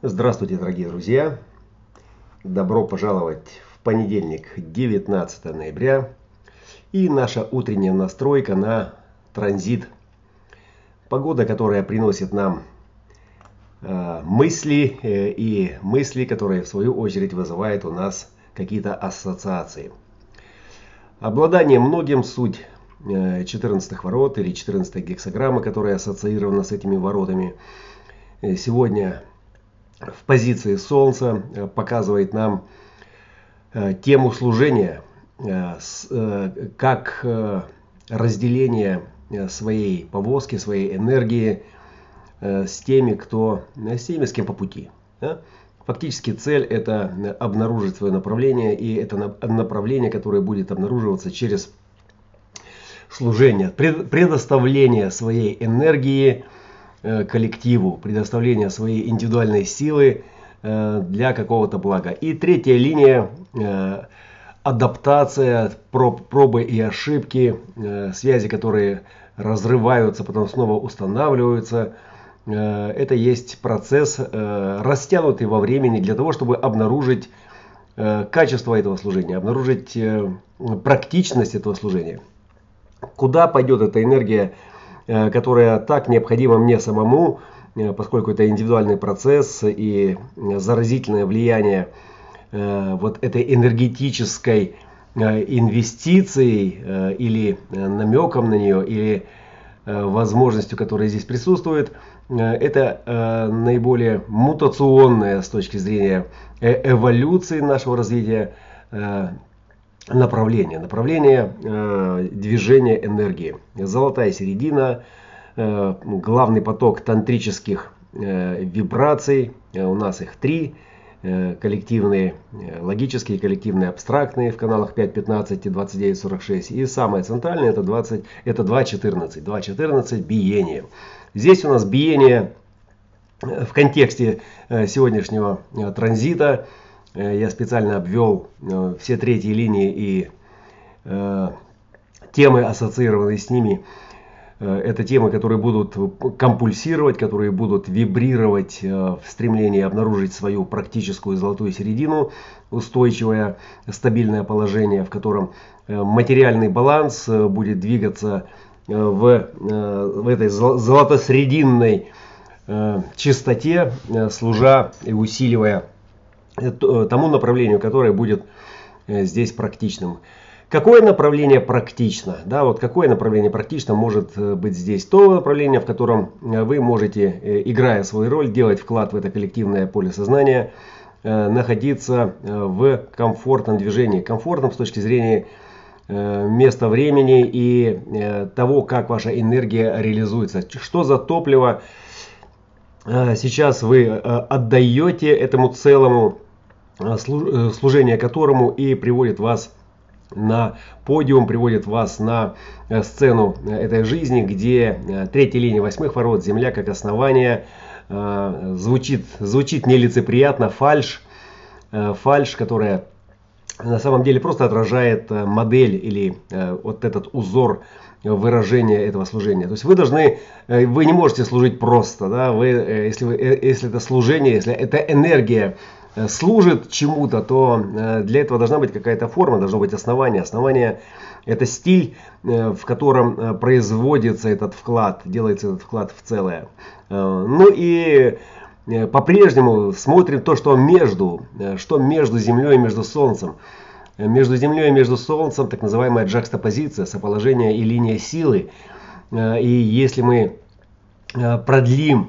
Здравствуйте, дорогие друзья! Добро пожаловать в понедельник, 19 ноября. И наша утренняя настройка на транзит. Погода, которая приносит нам мысли и мысли, которые в свою очередь вызывают у нас какие-то ассоциации. Обладание многим суть 14 ворот или 14 гексаграмма, которая ассоциирована с этими воротами, сегодня в позиции Солнца показывает нам тему служения как разделение своей повозки, своей энергии с теми, с кем по пути. Фактически цель — это обнаружить свое направление, и это направление, которое будет обнаруживаться через служение, предоставление своей энергии коллективу, предоставление своей индивидуальной силы для какого-то блага. И третья линия — адаптация, пробы и ошибки, связи, которые разрываются, потом снова устанавливаются. Это есть процесс, растянутый во времени для того, чтобы обнаружить качество этого служения, обнаружить практичность этого служения. Куда пойдет эта энергия, которая так необходима мне самому, поскольку это индивидуальный процесс, и заразительное влияние вот этой энергетической инвестицией или намеком на нее, или возможностью, которая здесь присутствует, это наиболее мутационное с точки зрения эволюции нашего развития направление движения энергии. Золотая середина, главный поток тантрических вибраций, у нас их три: коллективные логические, коллективные абстрактные в каналах 5.15 и 29.46, и самое центральное — это 2.14, 2.14 биение. Здесь у нас биение в контексте сегодняшнего транзита. Я специально обвел все третьи линии и темы, ассоциированные с ними. Это темы, которые будут компульсировать, которые будут вибрировать в стремлении обнаружить свою практическую золотую середину, устойчивое, стабильное положение, в котором материальный баланс будет двигаться в этой золотосрединной чистоте, служа и усиливая тому направлению, которое будет здесь практичным. Какое направление практично? Да, вот какое направление практично может быть здесь? То направление, в котором вы можете, играя свою роль, делать вклад в это коллективное поле сознания, находиться в комфортном движении. Комфортном с точки зрения места, времени и того, как ваша энергия реализуется. Что за топливо сейчас вы отдаете этому целому, служение которому и приводит вас на подиум, приводит вас на сцену этой жизни, где третья линия восьмых ворот, Земля как основание, звучит нелицеприятно, фальшь, которая на самом деле просто отражает модель или вот этот узор выражения этого служения. То есть вы не можете служить просто, да? Если это служение, если это энергия служит чему-то, то для этого должна быть какая-то форма, должно быть основание. Основание — это стиль, в котором производится этот вклад, делается этот вклад в целое. Ну и по-прежнему смотрим то, что между Землей и между Солнцем. Между Землей и между Солнцем так называемая джакстапозиция, соположение и линия силы. И если мы продлим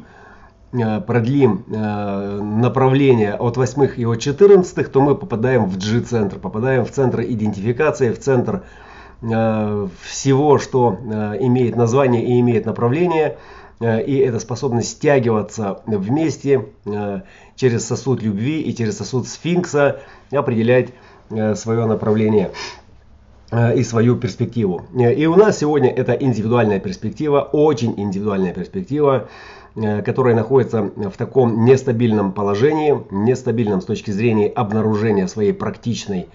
направление от восьмых и от 14, то мы попадаем в G-центр, попадаем в центр идентификации, в центр всего, что имеет название и имеет направление. И это способность стягиваться вместе через сосуд любви и через сосуд сфинкса, определять свое направление и свою перспективу. И у нас сегодня это индивидуальная перспектива, очень индивидуальная перспектива, которая находится в таком нестабильном положении, нестабильном с точки зрения обнаружения своей практической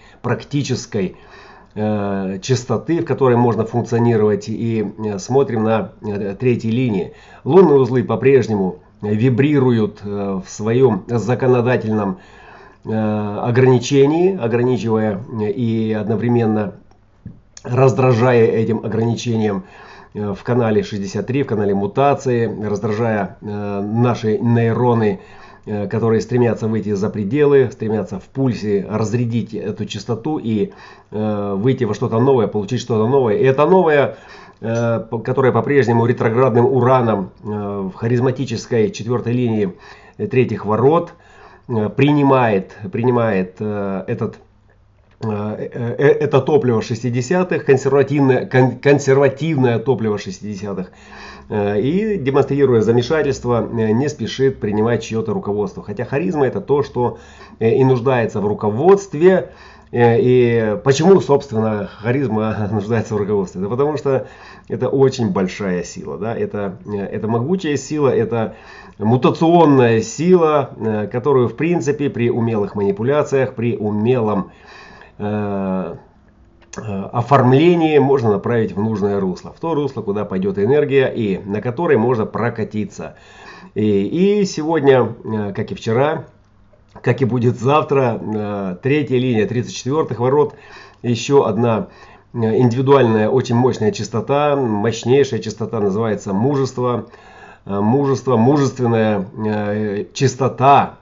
частоты, в которой можно функционировать, и смотрим на третьей линии. Лунные узлы по-прежнему вибрируют в своем законодательном ограничении, ограничивая и одновременно раздражая этим ограничением в канале 63, в канале мутации, раздражая наши нейроны, которые стремятся выйти за пределы, стремятся в пульсе разрядить эту частоту и выйти во что-то новое, получить что-то новое. И это новое, которое по-прежнему ретроградным ураном в харизматической 4-й линии 3-х ворот принимает это топливо 60-х, консервативное топливо 60-х, и, демонстрируя замешательство, не спешит принимать чье-то руководство. Хотя харизма — это то, что и нуждается в руководстве. И почему, собственно, харизма нуждается в руководстве? Да потому что это очень большая сила. Да? Это могучая сила, это мутационная сила, которую, в принципе, при умелых манипуляциях, при умелом оформлении можно направить в нужное русло, в то русло, куда пойдет энергия и на которой можно прокатиться. И сегодня, как и вчера, как и будет завтра, 3-я линия 34-х ворот, еще одна индивидуальная, очень мощная частота, мощнейшая частота, называется мужество. Мужественная частота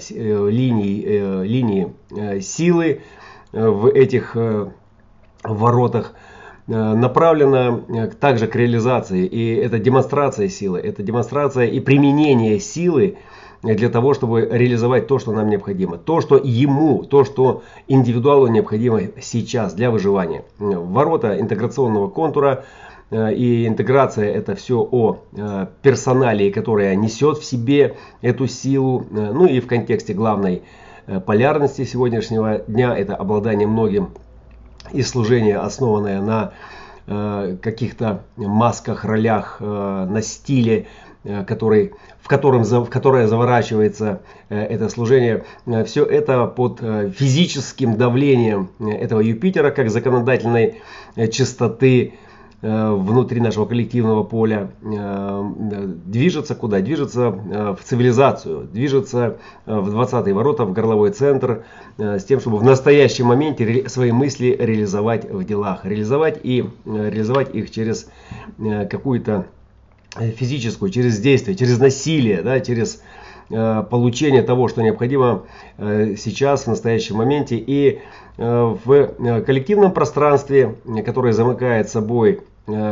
линии силы в этих воротах направлена также к реализации. И это демонстрация силы, это демонстрация и применение силы для того, чтобы реализовать то, что нам необходимо. То, что индивидуалу необходимо сейчас для выживания. Ворота интеграционного контура. И интеграция — это все о персоналии, которая несет в себе эту силу. Ну и в контексте главной полярности сегодняшнего дня — это обладание многим и служение, основанное на каких-то масках, ролях, на стиле, в которое заворачивается это служение. Все это под физическим давлением этого Юпитера, как законодательной частоты внутри нашего коллективного поля, движется куда? Движется в цивилизацию, движется в 20-е ворота, в горловой центр, с тем, чтобы в настоящем моменте свои мысли реализовать в делах, реализовать их через какую-то физическую, через действие, через насилие, да, через получение того, что необходимо сейчас, в настоящем моменте. И в коллективном пространстве, которое замыкает собой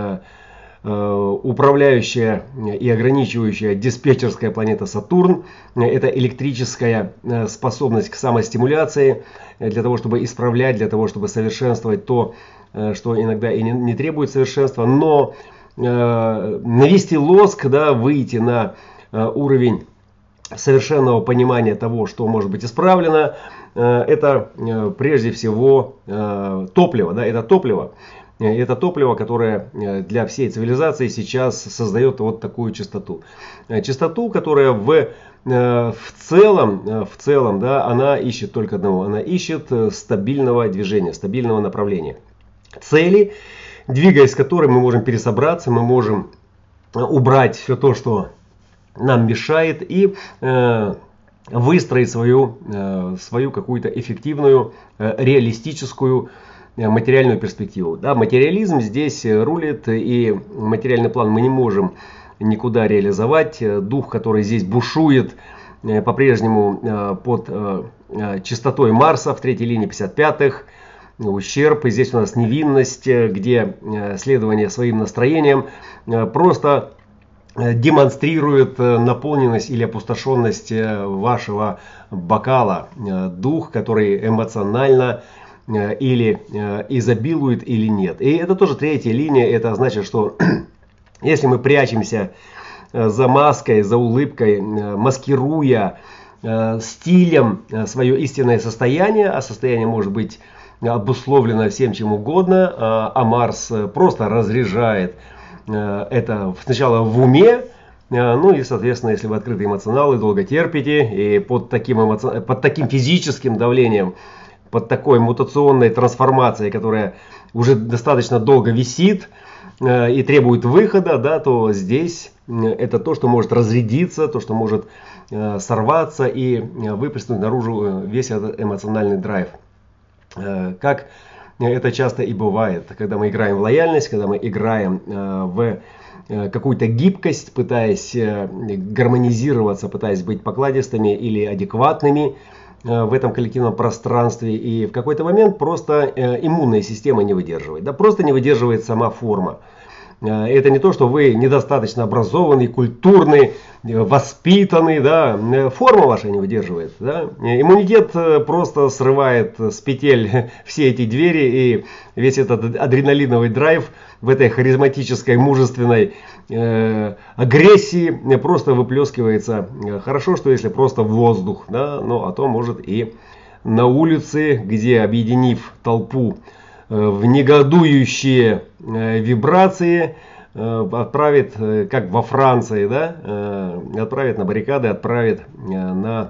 управляющая и ограничивающая диспетчерская планета Сатурн, это электрическая способность к самостимуляции, для того, чтобы исправлять, для того, чтобы совершенствовать то, что иногда и не требует совершенства, но навести лоск, да, выйти на уровень совершенного понимания того, что может быть исправлено, это прежде всего топливо. Да, это топливо, которое для всей цивилизации сейчас создает вот такую частоту. Частоту, которая в целом, да, она ищет только одного. Она ищет стабильного движения, стабильного направления. Цели, двигаясь с которой мы можем пересобраться, мы можем убрать все то, что нам мешает, и выстроить свою какую-то эффективную, реалистическую материальную перспективу. Да, материализм здесь рулит, и материальный план мы не можем никуда реализовать. Дух, который здесь бушует, по-прежнему под частотой Марса в 3-й линии 55-х. Ущерб. И здесь у нас невинность, где следование своим настроениям просто демонстрирует наполненность или опустошенность вашего бокала. Дух, который эмоционально или изобилует, или нет. И это тоже 3-я линия. Это значит, что если мы прячемся за маской, за улыбкой, маскируя стилем свое истинное состояние, а состояние может быть обусловлено всем чем угодно, а Марс просто разряжает это сначала в уме, ну и, соответственно, если вы открыты эмоционалы, долго терпите, и под таким физическим давлением, под такой мутационной трансформацией, которая уже достаточно долго висит и требует выхода, да, то здесь это то, что может разрядиться, то, что может сорваться и выплеснуть наружу весь этот эмоциональный драйв. Как это часто и бывает, когда мы играем в лояльность, когда мы играем в какую-то гибкость, пытаясь гармонизироваться, пытаясь быть покладистыми или адекватными в этом коллективном пространстве, и в какой-то момент просто иммунная система не выдерживает, да, просто не выдерживает сама форма. Это не то, что вы недостаточно образованный, культурный, воспитанный, да, форма ваша не выдерживает. Да. Иммунитет просто срывает с петель все эти двери, и весь этот адреналиновый драйв в этой харизматической, мужественной агрессии просто выплескивается. Хорошо, что если просто воздух, да, но а то может и на улице, где, объединив толпу в негодующие вибрации, отправит, как во Франции, да, отправит на баррикады, отправит на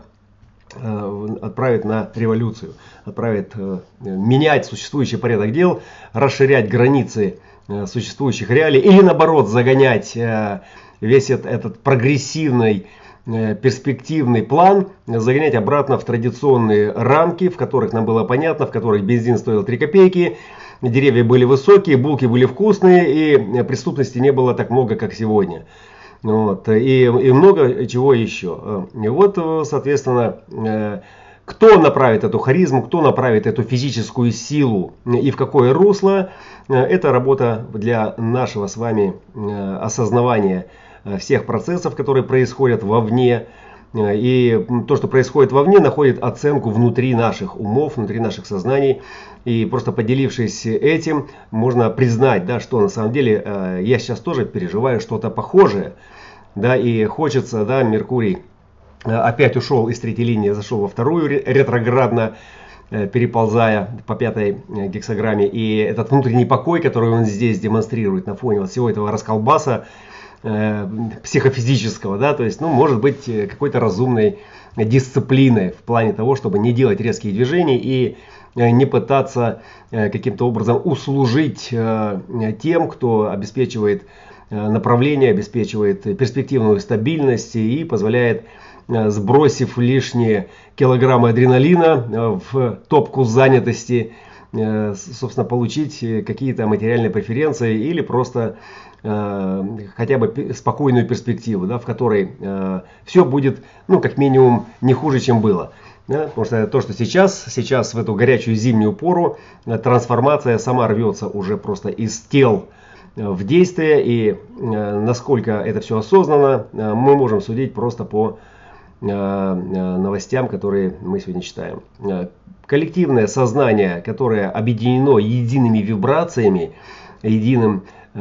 революцию, отправит менять существующий порядок дел, расширять границы существующих реалий или наоборот загонять весь этот прогрессивный перспективный план, загонять обратно в традиционные рамки, в которых нам было понятно, в которых бензин стоил 3 копейки, деревья были высокие, булки были вкусные и преступности не было так много, как сегодня. Вот, и много чего еще. И вот, соответственно, кто направит эту харизму, кто направит эту физическую силу и в какое русло, это работа для нашего с вами осознавания всех процессов, которые происходят вовне. И то, что происходит вовне, находит оценку внутри наших умов, внутри наших сознаний. И просто поделившись этим, можно признать, да, что на самом деле я сейчас тоже переживаю что-то похожее. Да, и хочется, да, Меркурий опять ушел из третьей линии, зашел во вторую ретроградно, переползая по 5-й гексаграмме. И этот внутренний покой, который он здесь демонстрирует на фоне вот всего этого расколбаса психофизического, да, то есть, ну, может быть, какой-то разумной дисциплины в плане того, чтобы не делать резкие движения и не пытаться каким-то образом услужить тем, кто обеспечивает направление, обеспечивает перспективную стабильность и позволяет, сбросив лишние килограммы адреналина в топку занятости, собственно, получить какие-то материальные преференции или просто хотя бы спокойную перспективу, да, в которой все будет, ну, как минимум, не хуже, чем было. Да, потому что то, что сейчас в эту горячую зимнюю пору трансформация сама рвется уже просто из тел в действие, и насколько это все осознанно, мы можем судить просто по новостям, которые мы сегодня читаем. Коллективное сознание, которое объединено едиными вибрациями, единым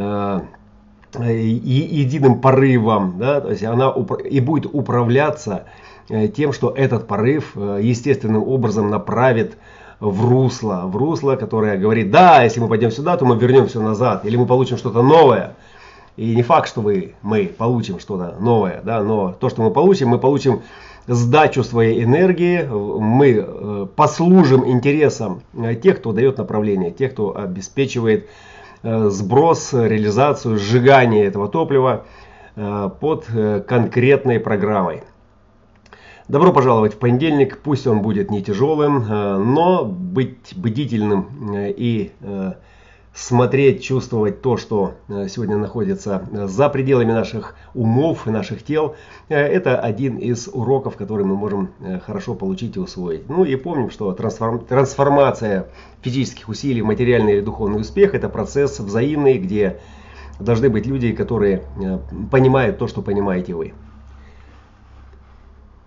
порывом, да, то есть она и будет управляться тем, что этот порыв естественным образом направит в русло, которое говорит: да, если мы пойдем сюда, то мы вернем все назад, или мы получим что-то новое. И не факт, что мы получим что-то новое, да, но то, что мы получим сдачу своей энергии, мы послужим интересам тех, кто дает направление, тех, кто обеспечивает сброс, реализацию, сжигание этого топлива под конкретной программой. Добро пожаловать в понедельник, пусть он будет не тяжелым, но быть бдительным и смотреть, чувствовать то, что сегодня находится за пределами наших умов и наших тел, это один из уроков, который мы можем хорошо получить и усвоить. Ну и помним, что трансформация физических усилий в материальный или духовный успех — это процесс взаимный, где должны быть люди, которые понимают то, что понимаете вы.